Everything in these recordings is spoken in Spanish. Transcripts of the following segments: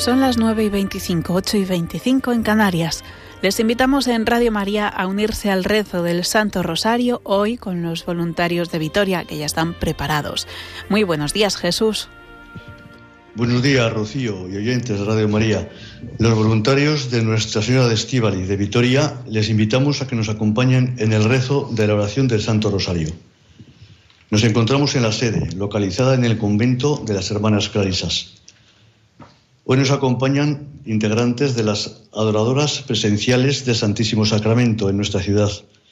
Son las 9:25, 8:25 en Canarias. Les invitamos en Radio María a unirse al rezo del Santo Rosario hoy con los voluntarios de Vitoria, que ya están preparados. Muy buenos días, Jesús. Buenos días, Rocío y oyentes de Radio María. Los voluntarios de Nuestra Señora de Estíbaliz de Vitoria les invitamos a que nos acompañen en el rezo de la oración del Santo Rosario. Nos encontramos en la sede, localizada en el convento de las Hermanas Clarisas. Hoy nos acompañan integrantes de las adoradoras presenciales del Santísimo Sacramento en nuestra ciudad.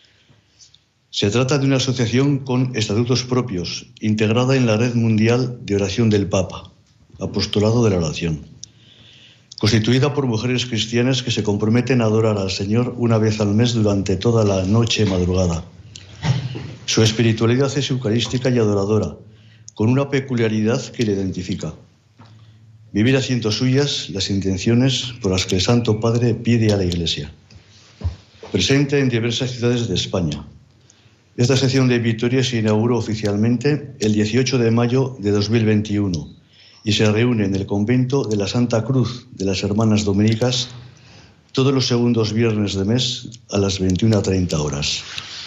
Se trata de una asociación con estatutos propios, integrada en la Red Mundial de Oración del Papa, Apostolado de la Oración, constituida por mujeres cristianas que se comprometen a adorar al Señor una vez al mes durante toda la noche madrugada. Su espiritualidad es eucarística y adoradora, con una peculiaridad que le identifica: vivir haciendo suyas las intenciones por las que el Santo Padre pide a la Iglesia. Presente en diversas ciudades de España. Esta sección de Vitoria se inauguró oficialmente el 18 de mayo de 2021 y se reúne en el convento de la Santa Cruz de las Hermanas Dominicas todos los segundos viernes de mes a las 21:30 horas.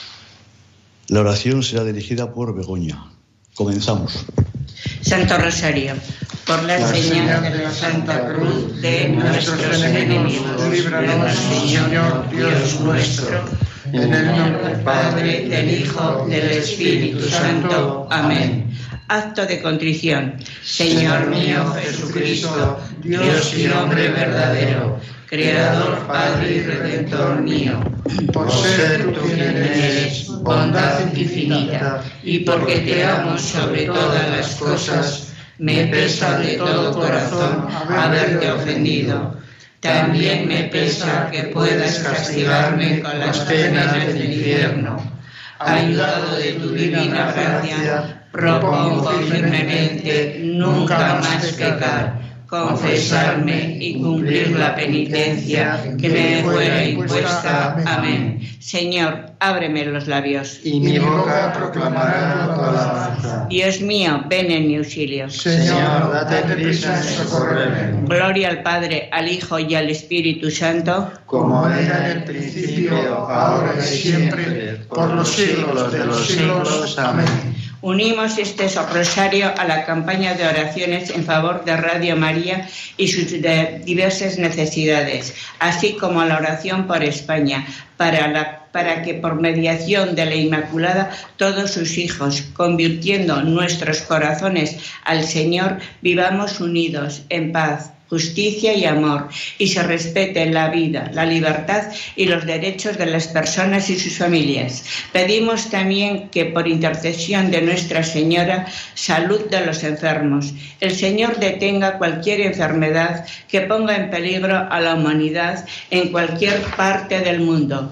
La oración será dirigida por Begoña. Comenzamos. Santo Rosario, por la señal de la Santa Cruz de nuestros enemigos, líbranos, Señor Dios nuestro, en el nombre del Padre, del Hijo, del Espíritu Santo. Amén. Acto de contrición. Señor mío Jesucristo, Dios y hombre verdadero, Creador, Padre y Redentor mío, por ser tú quien eres, bondad infinita, y porque te amo sobre todas las cosas, me pesa de todo corazón haberte ofendido. También me pesa que puedas castigarme con las penas del infierno. Ayudado de tu divina gracia, propongo firmemente nunca más pecar, confesarme y cumplir la penitencia que me fuera impuesta. Amén. Señor, ábreme los labios, y mi boca proclamará tu alabanza. Dios mío, ven en mi auxilio. Señor, date prisa en socorrerme. Gloria al Padre, al Hijo y al Espíritu Santo, como era en el principio, ahora y siempre, por los siglos de los siglos. Amén. Unimos este rosario a la campaña de oraciones en favor de Radio María y sus diversas necesidades, así como a la oración por España, para que por mediación de la Inmaculada todos sus hijos, convirtiendo nuestros corazones al Señor, vivamos unidos en paz, justicia y amor, y se respeten la vida, la libertad y los derechos de las personas y sus familias. Pedimos también que por intercesión de Nuestra Señora, salud de los enfermos, el Señor detenga cualquier enfermedad que ponga en peligro a la humanidad en cualquier parte del mundo.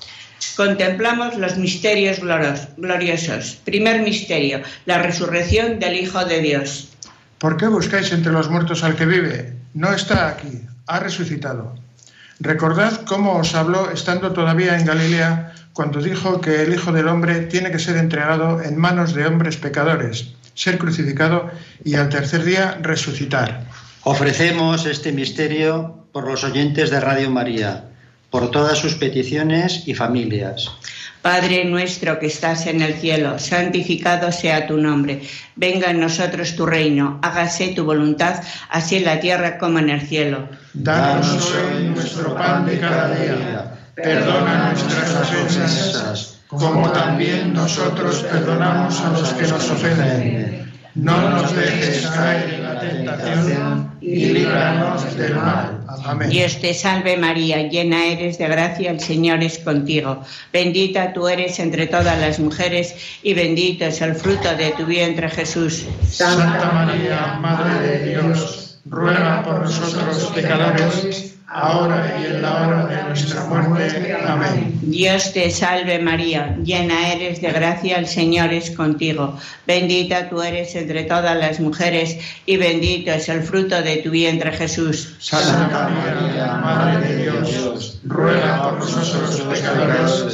Contemplamos los misterios gloriosos. Primer misterio, la resurrección del Hijo de Dios. ¿Por qué buscáis entre los muertos al que vive? No está aquí, ha resucitado. Recordad cómo os habló estando todavía en Galilea, cuando dijo que el Hijo del Hombre tiene que ser entregado en manos de hombres pecadores, ser crucificado y al tercer día resucitar. Ofrecemos este misterio por los oyentes de Radio María, por todas sus peticiones y familias. Padre nuestro que estás en el cielo, santificado sea tu nombre. Venga en nosotros tu reino, hágase tu voluntad, así en la tierra como en el cielo. Danos hoy nuestro pan de cada día. Perdona nuestras ofensas, como también nosotros perdonamos a los que nos ofenden. No nos dejes caer en la tentación y líbranos del mal. Amén. Dios te salve María, llena eres de gracia, el Señor es contigo. Bendita tú eres entre todas las mujeres y bendito es el fruto de tu vientre Jesús. Santa María, Madre de Dios, ruega por nosotros pecadores, ahora y en la hora de nuestra muerte. Amén. Dios te salve María, llena eres de gracia, el Señor es contigo. Bendita tú eres entre todas las mujeres y bendito es el fruto de tu vientre Jesús. Santa María, Madre de Dios, ruega por nosotros pecadores,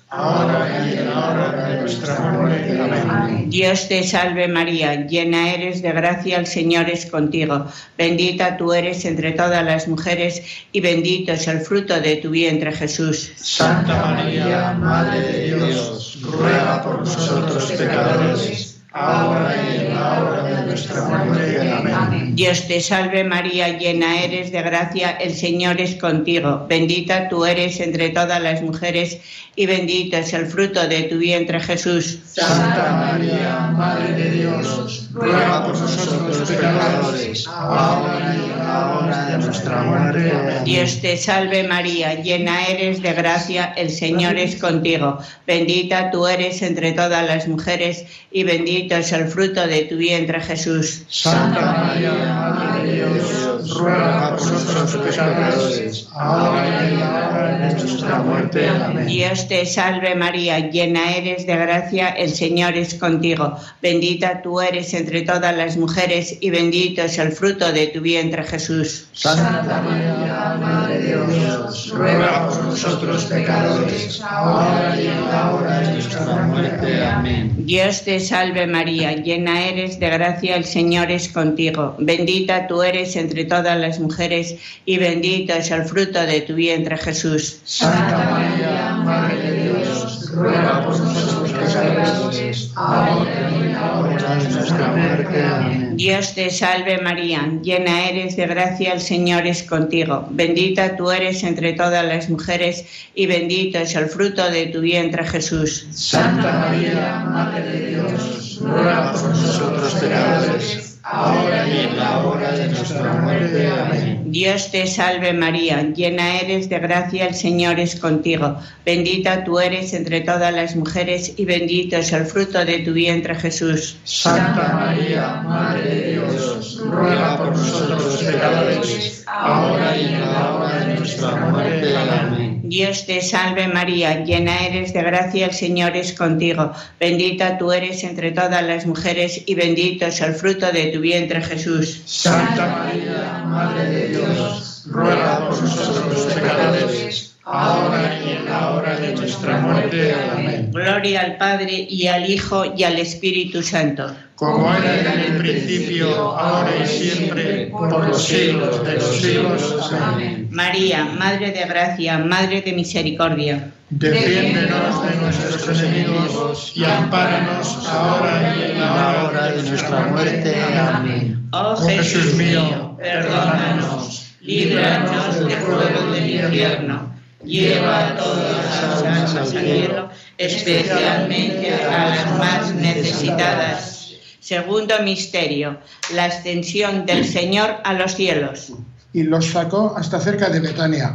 ahora y en la hora de nuestra muerte. Amén. Dios te salve María, llena eres de gracia, el Señor es contigo. Bendita tú eres entre todas las mujeres y bendito es el fruto de tu vientre Jesús. Santa María, Madre de Dios, ruega por nosotros pecadores, ahora y en la hora de nuestra muerte. Amén. Dios te salve María, llena eres de gracia, el Señor es contigo. Bendita tú eres entre todas las mujeres y bendito es el fruto de tu vientre Jesús. Santa María, Madre de Dios, ruega por nosotros pecadores, ahora y en la hora de nuestra muerte. Amén. Dios te salve María, llena eres de gracia, el Señor es contigo. Bendita tú eres entre todas las mujeres y bendito es el fruto de tu vientre Jesús. Santa María, Madre de Dios, ruega por nosotros pecadores, ahora y en la hora de nuestra muerte. Amén. Dios te salve María, llena eres de gracia, el Señor es contigo. Bendita tú eres entre todas las mujeres y bendito es el fruto de tu vientre Jesús. Santa María, Madre de Dios, ruega por nosotros pecadores, ahora y en la hora de nuestra muerte. Amén. Dios te salve María, llena eres de gracia, el Señor es contigo. Bendita tú eres entre todas las mujeres y bendito es el fruto de tu vientre Jesús. Santa María, Madre de Dios, ruega por nosotros pecadores, ahora y en la hora de nuestra muerte. Amén. Dios te salve María, llena eres de gracia, el Señor es contigo. Bendita tú eres entre todas las mujeres y bendito es el fruto de tu vientre Jesús. Santa María, Madre de Dios, ruega por nosotros pecadores, ahora y en la hora de nuestra muerte. Amén. Dios te salve María, llena eres de gracia, el Señor es contigo. Bendita tú eres entre todas las mujeres y bendito es el fruto de tu vientre Jesús. Santa María, Madre de Dios, ruega por nosotros pecadores, ahora y en la hora de nuestra muerte. Amén. Dios te salve María, llena eres de gracia, el Señor es contigo. Bendita tú eres entre todas las mujeres y bendito es el fruto de tu vientre Jesús. Santa María, Madre de Dios, ruega por nosotros pecadores, ahora y en la hora de nuestra muerte. Amén. Gloria al Padre y al Hijo y al Espíritu Santo. Como era en el principio, ahora y siempre, por los siglos de los siglos. Amén. María, Madre de Gracia, Madre de Misericordia, defiéndenos de nuestros enemigos y ampáranos ahora y en la hora de nuestra muerte. Amén. Oh Jesús mío, perdónanos, líbranos del fuego del infierno, lleva a todas las almas al cielo, especialmente a las más necesitadas. Segundo misterio, la ascensión del Señor a los cielos. Y los sacó hasta cerca de Betania,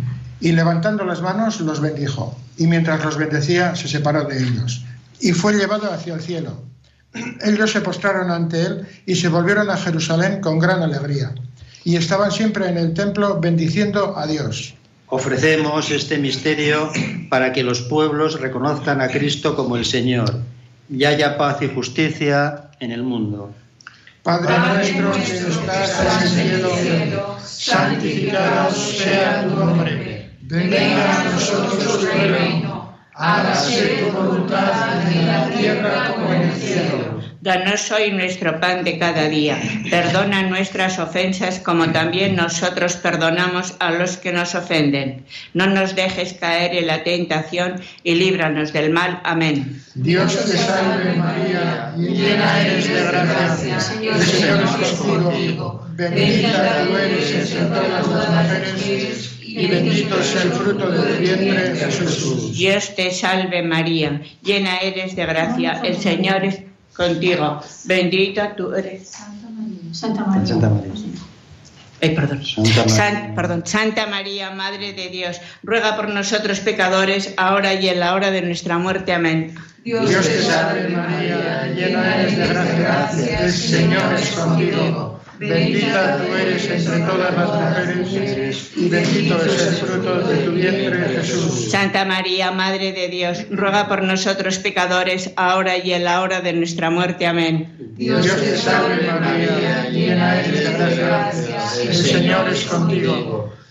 y levantando las manos los bendijo, y mientras los bendecía se separó de ellos, y fue llevado hacia el cielo. Ellos se postraron ante él y se volvieron a Jerusalén con gran alegría, y estaban siempre en el templo bendiciendo a Dios. Ofrecemos este misterio para que los pueblos reconozcan a Cristo como el Señor, y haya paz y justicia en el mundo. Padre nuestro que estás en el cielo, santificado sea tu nombre. Venga a nosotros tu reino. Hágase tu voluntad en la tierra como en el cielo. Danos hoy nuestro pan de cada día. Perdona nuestras ofensas como también nosotros perdonamos a los que nos ofenden. No nos dejes caer en la tentación y líbranos del mal. Amén. Dios te salve María, llena eres de gracia, el Señor es contigo. Bendita tú eres entre todas las mujeres y bendito es el fruto de tu vientre, Jesús. Dios te salve María, llena eres de gracia, el Señor es contigo. Bendita tú eres. Santa María. Santa María, Madre de Dios, ruega por nosotros pecadores, ahora y en la hora de nuestra muerte. Amén. Dios te salve María, llena eres de gracia, el Señor es contigo. Bendita tú eres entre todas las mujeres y bendito es el fruto de tu vientre, Jesús. Santa María, Madre de Dios, ruega por nosotros pecadores, ahora y en la hora de nuestra muerte. Amén. Dios te salve María, llena eres de gracia, el Señor es contigo.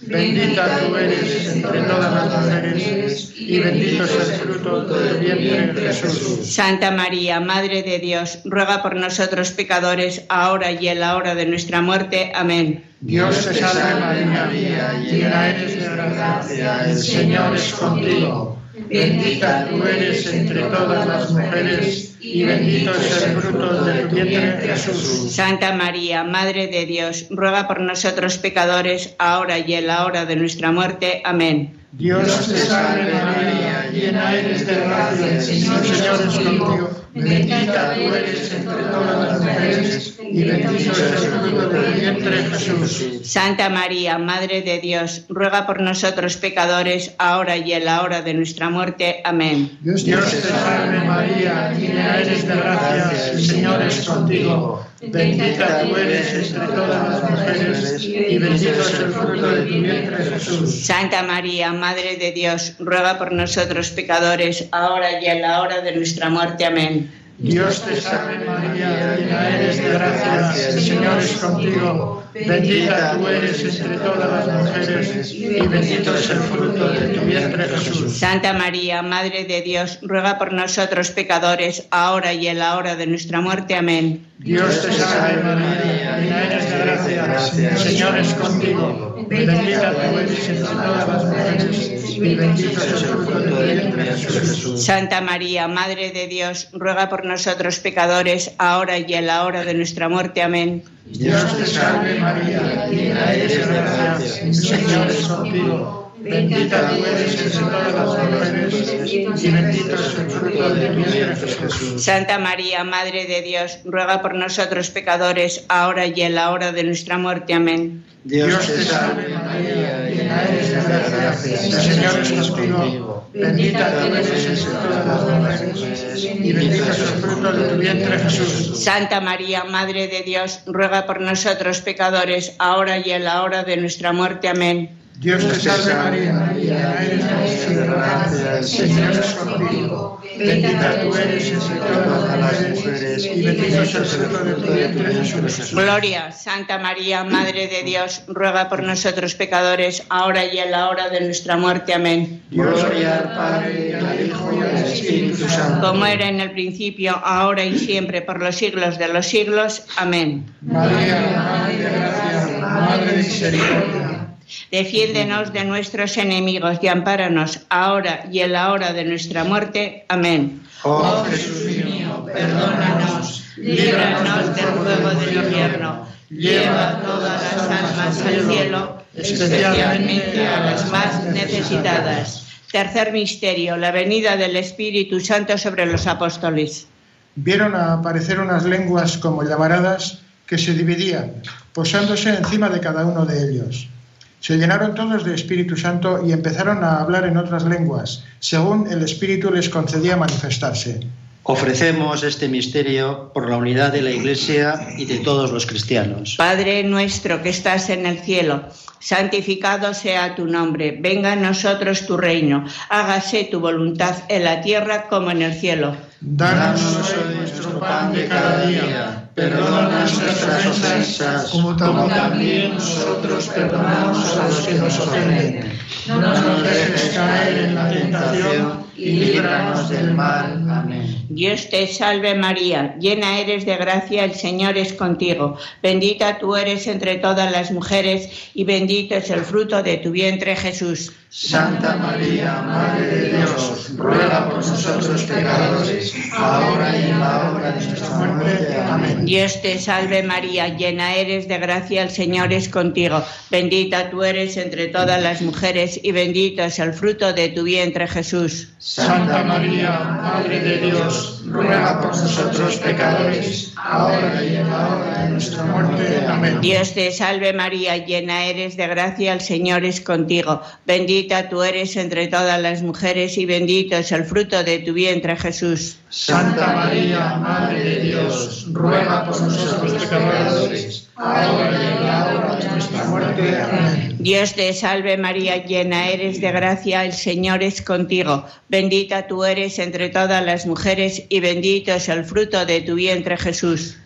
Bendita tú eres entre todas las mujeres, y bendito es el fruto de tu vientre, Jesús. Santa María, Madre de Dios, ruega por nosotros pecadores, ahora y en la hora de nuestra muerte. Amén. Dios te salve María, llena eres de gracia, el Señor es contigo. Bendita tú eres entre todas las mujeres, y bendito es el fruto de tu vientre, Jesús. Santa María, Madre de Dios, ruega por nosotros pecadores, ahora y en la hora de nuestra muerte. Amén. Dios te salve María, llena eres de gracia, el Señor es contigo. Bendita tú eres entre todas las mujeres, y bendito es el fruto de tu vientre, Jesús. Santa María, Madre de Dios, ruega por nosotros pecadores, ahora y en la hora de nuestra muerte. Amén. Dios te salve María, llena eres de gracia, el Señor es contigo. Bendita tú eres entre todas las mujeres, y bendito es el fruto de tu vientre, Jesús. Santa María, Madre de Dios, ruega por nosotros pecadores, ahora y en la hora de nuestra muerte. Amén. Dios te salve María, llena eres de gracia, el Señor es contigo. Bendita tú eres entre todas las mujeres, y bendito es el fruto de tu vientre, Jesús. Santa María, Madre de Dios, ruega por nosotros pecadores, ahora y en la hora de nuestra muerte. Amén. Dios te salve María, llena eres de gracia, el Señor es contigo. Bendita tú eres entre todas las mujeres, y bendito es el fruto de tu vientre, Jesús. Santa María, Madre de Dios, ruega por nosotros pecadores, ahora y en la hora de nuestra muerte. Amén. Dios te salve María, llena eres de gracia, el Señor es contigo. Bendita tú eres entre todas las mujeres, y bendito es el fruto de tu vientre, Jesús. Santa María, Madre de Dios, ruega por nosotros pecadores, ahora y en la hora de nuestra muerte. Amén. Dios te salve María, llena eres de gracia, el Señor es contigo. Bendita tú eres entre todas las mujeres, y bendito es el fruto de tu vientre, Jesús. Santa María, Madre de Dios, ruega por nosotros pecadores, ahora y en la hora de nuestra muerte. Amén. Dios te salve María, llena eres de gracia, el Señor es contigo. Bendita tú eres entre todas las mujeres, y bendito es el fruto de tu vientre, Jesús. Gloria, Santa María, Madre de Dios, ruega por nosotros pecadores, ahora y en la hora de nuestra muerte. Amén. Gloria al Padre, y al Hijo, y al Espíritu Santo. Como era en el principio, ahora y siempre, por los siglos de los siglos. Amén. María, Madre de gracia, Madre de misericordia. Defiéndenos de nuestros enemigos y ampáranos ahora y en la hora de nuestra muerte. Amén. Oh Jesús mío, perdónanos, líbranos del fuego del infierno, lleva todas las almas al cielo, especialmente a las más necesitadas. Tercer misterio, la venida del Espíritu Santo sobre los apóstoles. Vieron aparecer unas lenguas como llamaradas que se dividían, posándose encima de cada uno de ellos. Se llenaron todos de Espíritu Santo y empezaron a hablar en otras lenguas, según el Espíritu les concedía manifestarse. Ofrecemos este misterio por la unidad de la Iglesia y de todos los cristianos. Padre nuestro que estás en el cielo, santificado sea tu nombre, venga a nosotros tu reino, hágase tu voluntad en la tierra como en el cielo. Danos hoy nuestro pan de cada día. Perdona nuestras ofensas, como también nosotros perdonamos a los que nos ofenden. No nos dejes caer en la tentación y líbranos del mal. Amén. Dios te salve María, llena eres de gracia, el Señor es contigo. Bendita tú eres entre todas las mujeres, y bendito es el fruto de tu vientre, Jesús. Santa María, Madre de Dios, ruega por nosotros pecadores, ahora y en la hora de nuestra muerte. Amén. Dios te salve María, llena eres de gracia, el Señor es contigo. Bendita tú eres entre todas las mujeres, y bendito es el fruto de tu vientre, Jesús. Santa María, Madre de Dios, ruega por nosotros pecadores, ahora y en la hora de nuestra muerte. Amén. Dios te salve María, llena eres de gracia, el Señor es contigo. Bendita tú eres entre todas las mujeres, y bendito es el fruto de tu vientre, Jesús. Santa María, Madre de Dios, ruega por nosotros pecadores, ahora y en la hora de nuestra muerte. Amén. Dios te salve María, llena eres de gracia, el Señor es contigo. Bendita tú eres entre todas las mujeres, y bendito es el fruto de tu vientre, Jesús.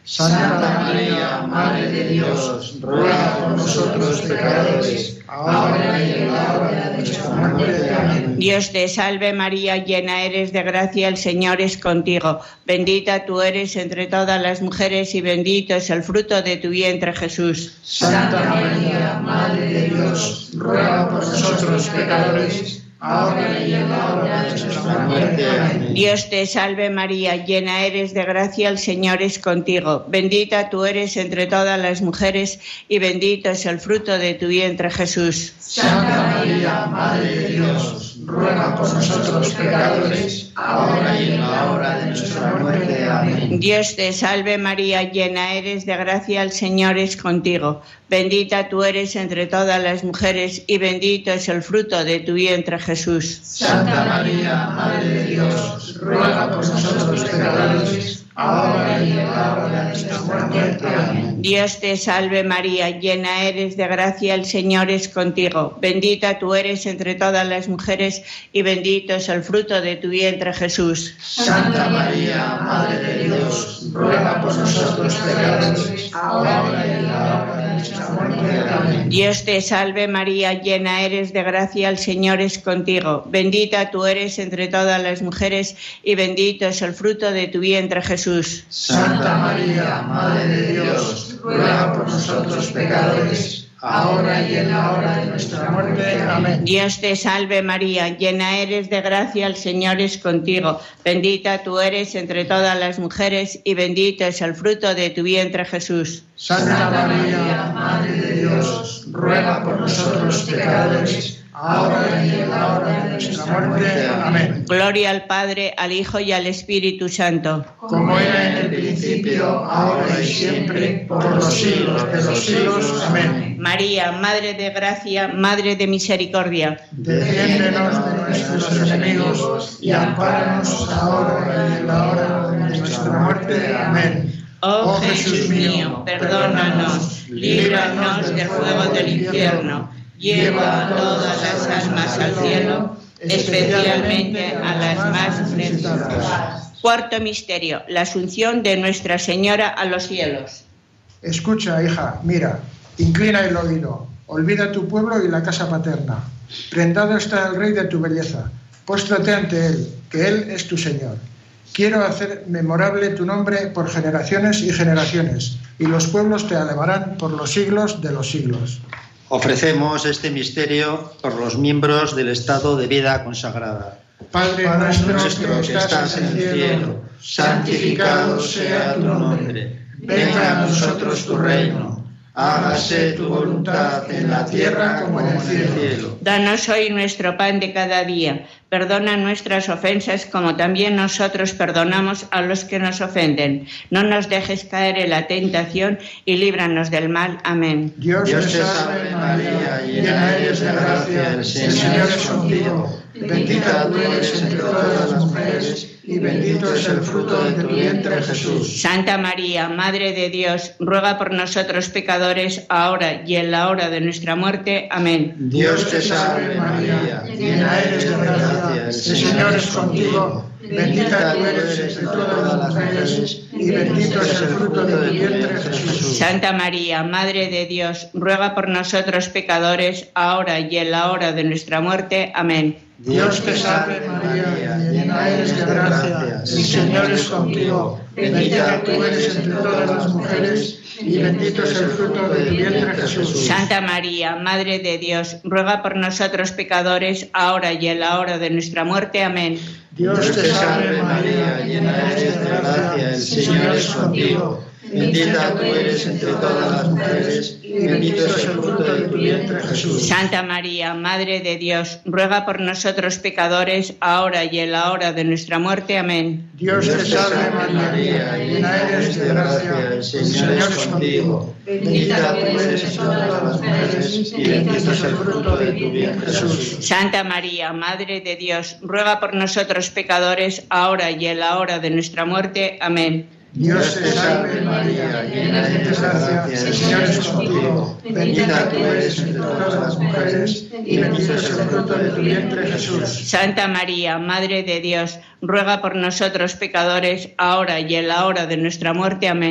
Santa María, Madre de Dios, ruega por nosotros pecadores, ahora y en la hora de nuestra muerte. Amén. Dios te salve María, llena eres de gracia, el Señor es contigo. Bendita tú eres entre todas las mujeres y bendito es el fruto de tu vientre, Jesús. Santa María, Madre de Dios, ruega por nosotros pecadores, ahora y en la hora de nuestra muerte. Amén. Dios te salve María, llena eres de gracia, el Señor es contigo. Bendita tú eres entre todas las mujeres y bendito es el fruto de tu vientre, Jesús. Santa María, Madre de Dios, ruega por nosotros pecadores, ahora y en la hora de nuestra muerte. Amén. Dios te salve María, llena eres de gracia, el Señor es contigo. Bendita tú eres entre todas las mujeres y bendito es el fruto de tu vientre, Jesús. Santa María, Madre de Dios, ruega por nosotros pecadores, ahora y en la hora de nuestra muerte. Amén. Dios te salve María, llena eres de gracia, el Señor es contigo. Bendita tú eres entre todas las mujeres y bendito es el fruto de tu vientre, Jesús. Santa María, Madre de Dios, ruega por nosotros pecadores, ahora y en la hora de nuestra muerte. Amén. Dios te salve María, llena eres de gracia, el Señor es contigo. Bendita tú eres entre todas las mujeres y bendito es el fruto de tu vientre, Jesús. Santa María, Madre de Dios, ruega por nosotros pecadores, ahora y en la hora de nuestra muerte. Amén. Dios te salve María, llena eres de gracia, el Señor es contigo. Bendita tú eres entre todas las mujeres y bendito es el fruto de tu vientre, Jesús. Santa María, Madre de Dios, ruega por nosotros pecadores, ahora y en la hora de nuestra muerte. Amén. Gloria al Padre, al Hijo y al Espíritu Santo. Como era en el principio, ahora y siempre, por los siglos de los siglos. Amén. María, Madre de gracia, Madre de misericordia. Defiéndenos de nuestros enemigos y ampáranos ahora y en la hora de nuestra muerte. Amén. Oh Jesús mío, perdónanos, líbranos del fuego del infierno, lleva a todas las almas al cielo, especialmente a las más necesitadas. Cuarto misterio, la asunción de Nuestra Señora a los cielos. Escucha, hija, mira, inclina el oído, olvida tu pueblo y la casa paterna. Prendado está el Rey de tu belleza, póstrate ante Él, que Él es tu Señor. Quiero hacer memorable tu nombre por generaciones y generaciones, y los pueblos te alabarán por los siglos de los siglos. Ofrecemos este misterio por los miembros del estado de vida consagrada. Padre nuestro que estás en el cielo, santificado sea tu nombre. Venga a nosotros tu reino. Hágase tu voluntad en la tierra como en el cielo. Danos hoy nuestro pan de cada día. Perdona nuestras ofensas como también nosotros perdonamos a los que nos ofenden. No nos dejes caer en la tentación y líbranos del mal. Amén. Dios te salve María, llena eres de gracia, el Señor es contigo. Bendita tú eres entre todas las mujeres y bendito es el fruto de tu vientre, Jesús. Santa María, Madre de Dios, ruega por nosotros pecadores, ahora y en la hora de nuestra muerte. Amén. Dios te salve María, llena eres de gracia, el Señor es contigo. Bendita tú eres entre todas las mujeres y bendito es el fruto de tu vientre, Jesús. Santa María, Madre de Dios, ruega por nosotros pecadores, ahora y en la hora de nuestra muerte. Amén. Dios te salve María, llena eres de gracia, el Señor es contigo. Bendita tú eres entre todas las mujeres y bendito es el fruto de tu vientre, Jesús. Santa María, Madre de Dios, ruega por nosotros pecadores, ahora y en la hora de nuestra muerte. Amén. Dios te salve María, llena eres de gracia, el Señor es contigo. Bendita tú eres entre todas las mujeres y bendito es el fruto de tu vientre, Jesús. Santa María, Madre de Dios, ruega por nosotros pecadores, ahora y en la hora de nuestra muerte. Amén. Dios te salve María, llena eres de gracia, el Señor es contigo. Bendita tú eres entre todas las mujeres y bendito es el fruto de tu vientre, Jesús. Santa María, Madre de Dios, ruega por nosotros pecadores, ahora y en la hora de nuestra muerte. Amén. Dios te salve María, llena eres de gracia, el Señor es contigo. Bendita tú eres entre todas las mujeres y bendito es el fruto de tu vientre, Jesús. Santa María, Madre de Dios, ruega por nosotros pecadores, ahora y en la hora de nuestra muerte. Amén.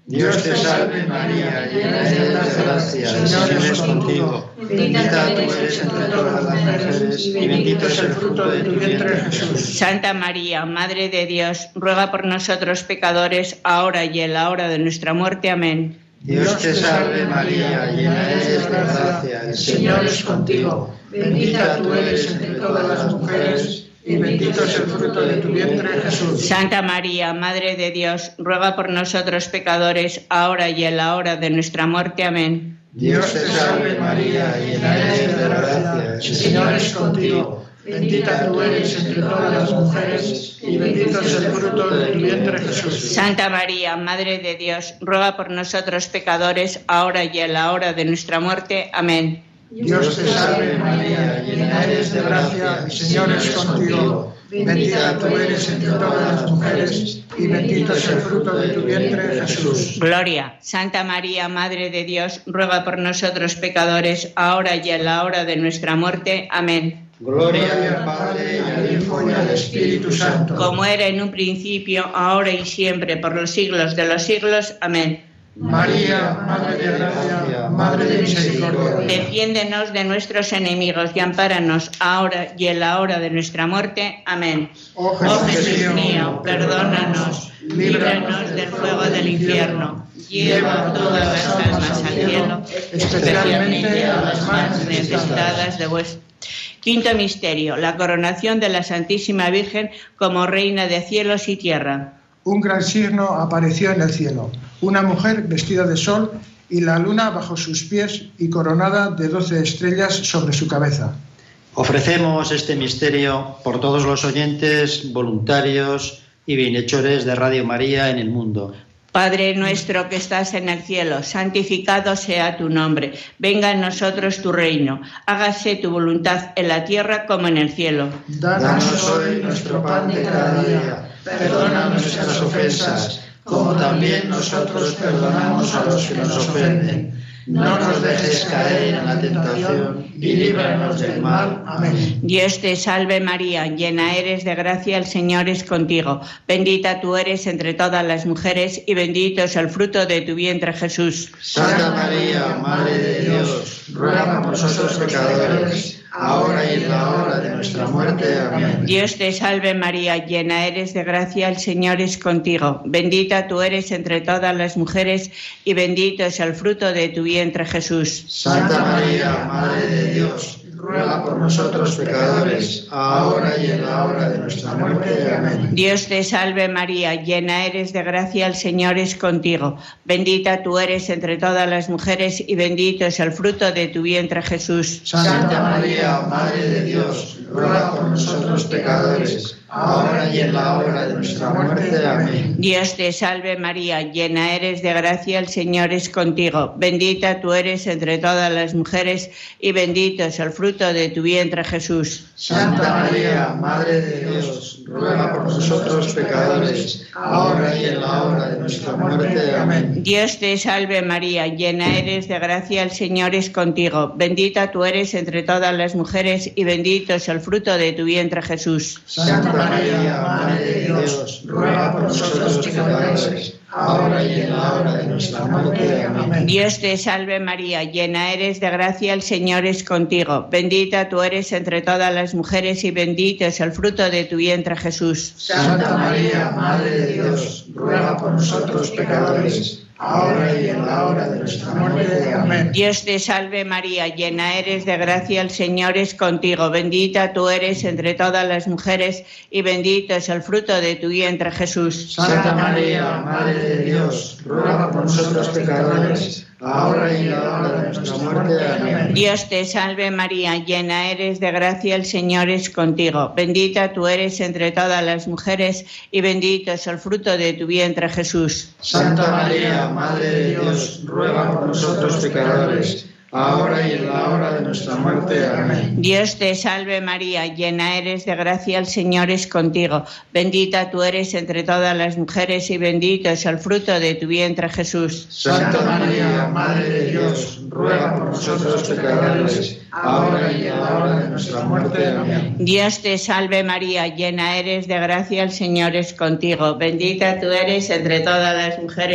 Dios te salve María, llena eres de gracia, el Señor es contigo. Bendita tú eres entre todas las mujeres y bendito es el fruto de tu vientre Jesús. Santa María, Madre de Dios, ruega por nosotros pecadores, ahora y en la hora de nuestra muerte. Amén. Dios te salve María, llena eres de gracia, el Señor es contigo. Bendita tú eres entre todas las mujeres y bendito es el fruto de tu vientre Jesús. Santa María, Madre de Dios, ruega por nosotros pecadores, ahora y en la hora de nuestra muerte. Amén. Dios te salve María, llena eres de gracia, el Señor es contigo. Bendita tú eres entre todas las mujeres y bendito es el fruto de tu vientre Jesús. Santa María, Madre de Dios, ruega por nosotros pecadores, ahora y en la hora de nuestra muerte. Amén. Dios te salve María, llena eres de gracia, el Señor es contigo. Bendita tú eres entre todas las mujeres y bendito es el fruto de tu vientre Jesús. Gloria. Santa María, Madre de Dios, ruega por nosotros pecadores, ahora y en la hora de nuestra muerte. Amén. Gloria al Padre, y al Hijo, y al Espíritu Santo. Como era en un principio, ahora y siempre, por los siglos de los siglos. Amén. María, Madre de gracia, Madre de misericordia. Defiéndenos de nuestros enemigos y ampáranos ahora y en la hora de nuestra muerte. Amén. Oh Jesús mío, perdónanos, líbranos del fuego del infierno. Lleva todas las almas al cielo, especialmente a las más necesitadas de vuestro. Quinto misterio, la coronación de la Santísima Virgen como Reina de cielos y tierra. Un gran signo apareció en el cielo, una mujer vestida de sol y la luna bajo sus pies y coronada de 12 estrellas sobre su cabeza. Ofrecemos este misterio por todos los oyentes, voluntarios y bienhechores de Radio María en el mundo. Padre nuestro que estás en el cielo, santificado sea tu nombre. Venga a nosotros tu reino. Hágase tu voluntad en la tierra como en el cielo. Danos hoy nuestro pan de cada día. Perdona nuestras ofensas, como también nosotros perdonamos a los que nos ofenden. No nos dejes caer en la tentación y líbranos del mal. Amén. Dios te salve María, llena eres de gracia, el Señor es contigo. Bendita tú eres entre todas las mujeres y bendito es el fruto de tu vientre Jesús. Santa María, Madre de Dios, ruega por nosotros pecadores, ahora y en la hora de nuestra muerte. Amén. Dios te salve María, llena eres de gracia, el Señor es contigo. Bendita tú eres entre todas las mujeres y bendito es el fruto de tu vientre Jesús. Santa María, Madre de Dios, ruega por nosotros pecadores, ahora y en la hora de nuestra muerte. Amén. Dios te salve María, llena eres de gracia, el Señor es contigo. Bendita tú eres entre todas las mujeres y bendito es el fruto de tu vientre Jesús. Santa María, Madre de Dios, ruega por nosotros pecadores, ahora y en la hora de nuestra muerte. Amén. Dios te salve María, llena eres de gracia, el Señor es contigo. Bendita tú eres entre todas las mujeres y bendito es el fruto de tu vientre Jesús. Santa María, Madre de Dios, ruega por nosotros pecadores, ahora y en la hora de nuestra muerte. Amén. Dios te salve María, llena eres de gracia, el Señor es contigo. Bendita tú eres entre todas las mujeres y bendito es el fruto de tu vientre Jesús. Santa María, Madre de Dios, ruega por nosotros pecadores, ahora y en la hora de nuestra muerte. Amén. Dios te salve María, llena eres de gracia, el Señor es contigo. Bendita tú eres entre todas las mujeres y bendito es el fruto de tu vientre Jesús. Santa María, Madre de Dios, ruega por nosotros pecadores, ahora y en la hora de nuestra muerte. Amén. Dios te salve María, llena eres de gracia, el Señor es contigo. Bendita tú eres entre todas las mujeres y bendito es el fruto de tu vientre Jesús. Santa María, Madre de Dios, ruega por nosotros pecadores, ahora y en la hora de nuestra muerte. Amén. Dios te salve María, llena eres de gracia, el Señor es contigo. Bendita tú eres entre todas las mujeres y bendito es el fruto de tu vientre Jesús. Santa María, Madre de Dios, ruega por nosotros pecadores, ahora y en la hora de nuestra muerte. Amén. Dios te salve María, llena eres de gracia, el Señor es contigo. Bendita tú eres entre todas las mujeres y bendito es el fruto de tu vientre Jesús. Santa María, Madre de Dios, ruega por nosotros pecadores, ahora y en la hora de nuestra muerte. Amén. Dios te salve María, llena eres de gracia, el Señor es contigo. Bendita tú eres entre todas las mujeres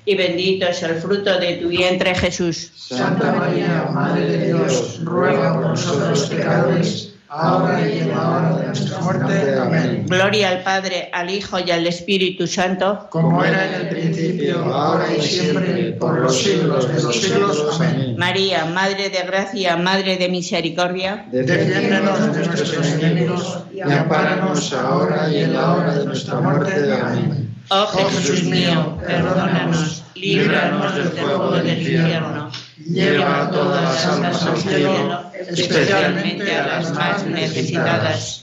y bendito es el fruto de tu vientre, Jesús. Santa María, Madre de Dios, ruega por nosotros pecadores, ahora y en la hora de nuestra muerte. Amén. Gloria al Padre, al Hijo y al Espíritu Santo, como era en el principio, ahora y siempre, por los siglos de los siglos. Amén. María, Madre de Gracia, Madre de Misericordia, defiéndenos de nuestros enemigos y ampáranos ahora y en la hora de nuestra muerte. Amén. Oh Jesús mío, perdónanos, líbranos del fuego del infierno, lleva a todas las almas al cielo, especialmente a las más necesitadas.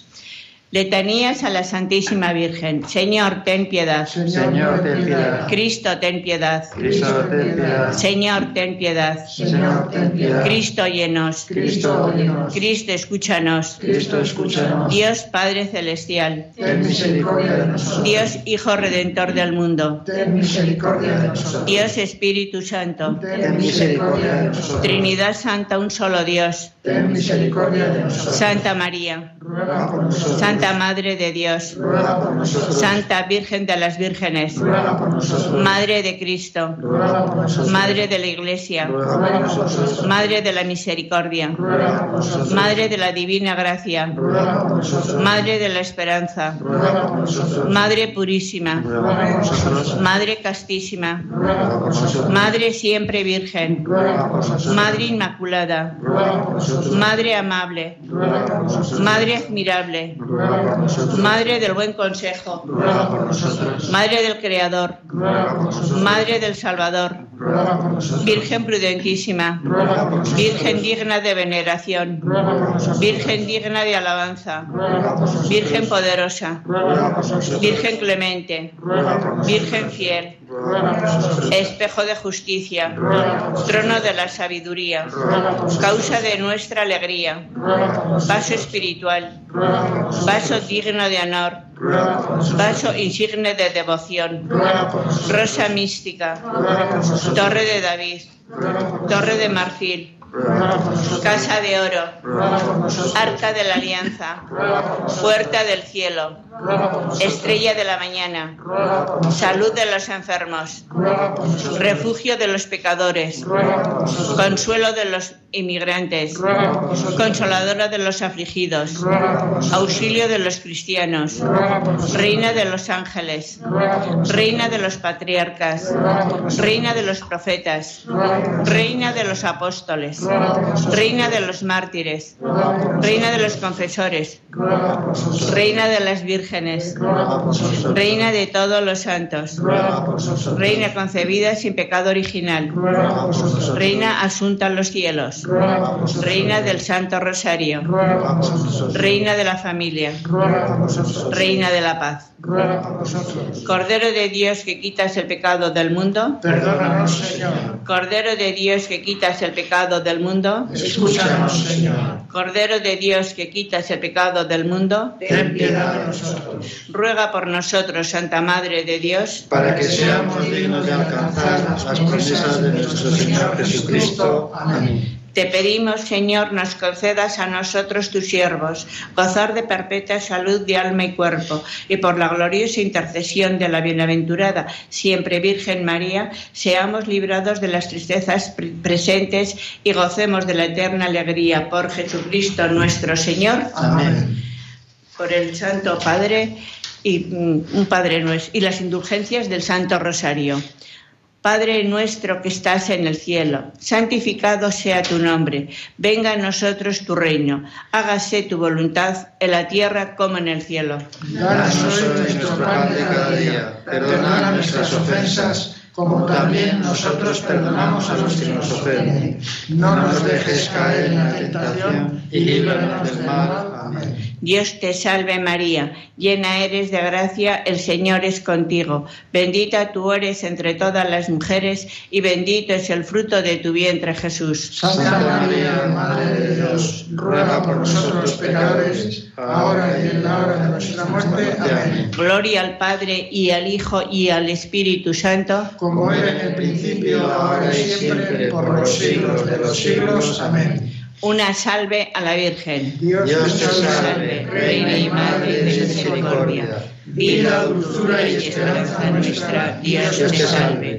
Letanías a la Santísima Virgen. Señor, ten piedad. Señor, ten piedad. Cristo, ten piedad. Cristo, ten piedad. Señor, ten piedad. Señor, ten piedad. Cristo, óyenos. Cristo, óyenos. Cristo, escúchanos. Cristo, escúchanos. Dios Padre Celestial. Ten misericordia de nosotros. Dios Hijo Redentor del mundo. Ten misericordia de nosotros. Dios Espíritu Santo. Ten misericordia de nosotros. Trinidad Santa, un solo Dios. Ten misericordia de nosotros. Santa María. Ruega por nosotros. Santa Madre de Dios. Ruega por nosotros. Santa Virgen de las Vírgenes. Ruega por nosotros. Madre de Cristo. Ruega por nosotros. Madre de la Iglesia. Ruega por nosotros. Madre de la Misericordia. Ruega por nosotros. Madre de la Divina Gracia. Ruega por nosotros. Madre de la Esperanza. Ruega por nosotros. Madre Purísima. Ruega por nosotros. Madre Castísima. Ruega por nosotros. Madre Siempre Virgen. Ruega por nosotros. Madre Inmaculada. Ruega por nosotros. Madre Amable. Ruega por nosotros. Madre Admirable. Ruega por nosotros. Madre del Buen Consejo. Ruega por nosotros. Madre del Creador. Ruega por nosotros. Madre del Salvador. Ruega por nosotros. Virgen prudentísima. Ruega por nosotros. Virgen digna de veneración. Ruega por nosotros. Virgen digna de alabanza. Ruega por nosotros. Virgen poderosa. Ruega por nosotros. Virgen clemente. Ruega por nosotros. Virgen fiel. Ruega por nosotros. Espejo de justicia. Ruega por nosotros. Trono de la sabiduría. Ruega por nosotros. Causa de nuestra alegría. Ruega por nosotros. Vaso espiritual. Ruega por nosotros. Vaso digno de honor. Ruega por nosotros. Vaso insigne de devoción. Ruega por nosotros. Rosa mística. Ruega por nosotros. Torre de David. Ruega por nosotros. Torre de marfil. Ruega por nosotros. Casa de oro. Ruega por nosotros. Arca de la alianza. Ruega por nosotros. Puerta del cielo. Ruega por nosotros. Estrella de la mañana. Ruega por nosotros. Salud de los enfermos. Ruega por nosotros. Refugio de los pecadores. Ruega por nosotros. Consuelo de los inmigrantes. Ruega por nosotros. Consoladora de los afligidos. Ruega por nosotros. Auxilio de los cristianos. Ruega por nosotros. Reina de los ángeles. Ruega por nosotros. Reina de los patriarcas. Ruega por nosotros. Reina de los profetas. Ruega por nosotros. Reina de los apóstoles. Ruega por nosotros. Reina de los mártires. Ruega por nosotros. Reina de los confesores. Ruega por nosotros. Reina de las vírgenes. Ruega por nosotros. Reina de todos los santos. Ruega por nosotros. Reina concebida sin pecado original. Ruega por nosotros. Reina asunta en los cielos. Ruega por nosotros. Reina del Santo Rosario. Ruega por nosotros. Reina de la familia. Ruega por nosotros. Reina de la paz. Ruega por nosotros. Cordero de Dios que quitas el pecado del mundo. Perdónanos, Señor. Cordero de Dios que quitas el pecado del mundo. Escúchanos, Señor. Cordero de Dios que quitas el pecado del mundo. Ten piedad de nosotros, Ruega por nosotros, Santa Madre de Dios, para que seamos dignos de alcanzar las promesas de nuestro Señor Jesucristo. Amén. Te pedimos, Señor, nos concedas a nosotros, tus siervos, gozar de perpetua salud de alma y cuerpo, y por la gloriosa intercesión de la bienaventurada siempre Virgen María, seamos librados de las tristezas presentes y gocemos de la eterna alegría por Jesucristo nuestro Señor. Amén. Por el Santo Padre y un Padre nuestro y las indulgencias del Santo Rosario. Padre nuestro que estás en el cielo, santificado sea tu nombre, venga a nosotros tu reino, hágase tu voluntad en la tierra como en el cielo. Danos hoy nuestro pan de cada día, perdona nuestras ofensas, como también nosotros perdonamos a los que nos ofenden. No nos dejes caer en la tentación y líbranos del mal. Amén. Dios te salve María, llena eres de gracia, el Señor es contigo. Bendita tú eres entre todas las mujeres y bendito es el fruto de tu vientre, Jesús. Santa María, Madre de Dios, ruega por nosotros pecadores, ahora y en la hora de nuestra muerte. Amén. Gloria al Padre y al Hijo y al Espíritu Santo, Como era en el principio, ahora y siempre, por los siglos de los siglos. Amén. una salve a la Virgen. Dios te salve, Reina y Madre de misericordia, vida, dulzura y esperanza nuestra, Dios te salve.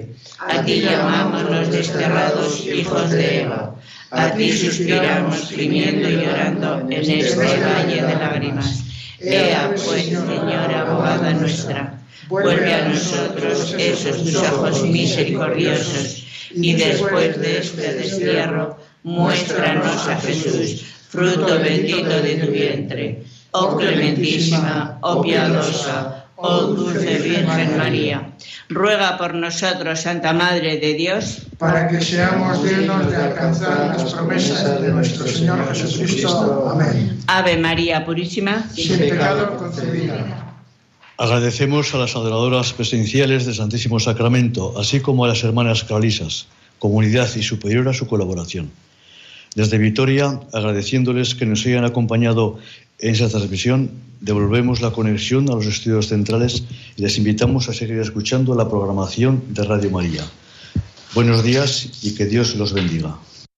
A ti llamamos los desterrados hijos de Eva. A ti suspiramos, gimiendo y llorando en este valle de lágrimas. Ea pues, Señora, abogada nuestra, vuelve a nosotros esos tus ojos misericordiosos, y después de este destierro, muéstranos a Jesús, fruto bendito de tu vientre. Oh clementísima, oh piadosa, oh dulce Virgen María, ruega por nosotros, Santa Madre de Dios, para que seamos dignos de alcanzar las promesas de nuestro Señor Jesucristo. Amén. Ave María Purísima, sin pecado concebida. Agradecemos a las adoradoras presenciales del Santísimo Sacramento, así como a las hermanas Clarisas, comunidad y superiora, su colaboración. Desde Vitoria, agradeciéndoles que nos hayan acompañado en esta transmisión, devolvemos la conexión a los estudios centrales y les invitamos a seguir escuchando la programación de Radio María. Buenos días y que Dios los bendiga.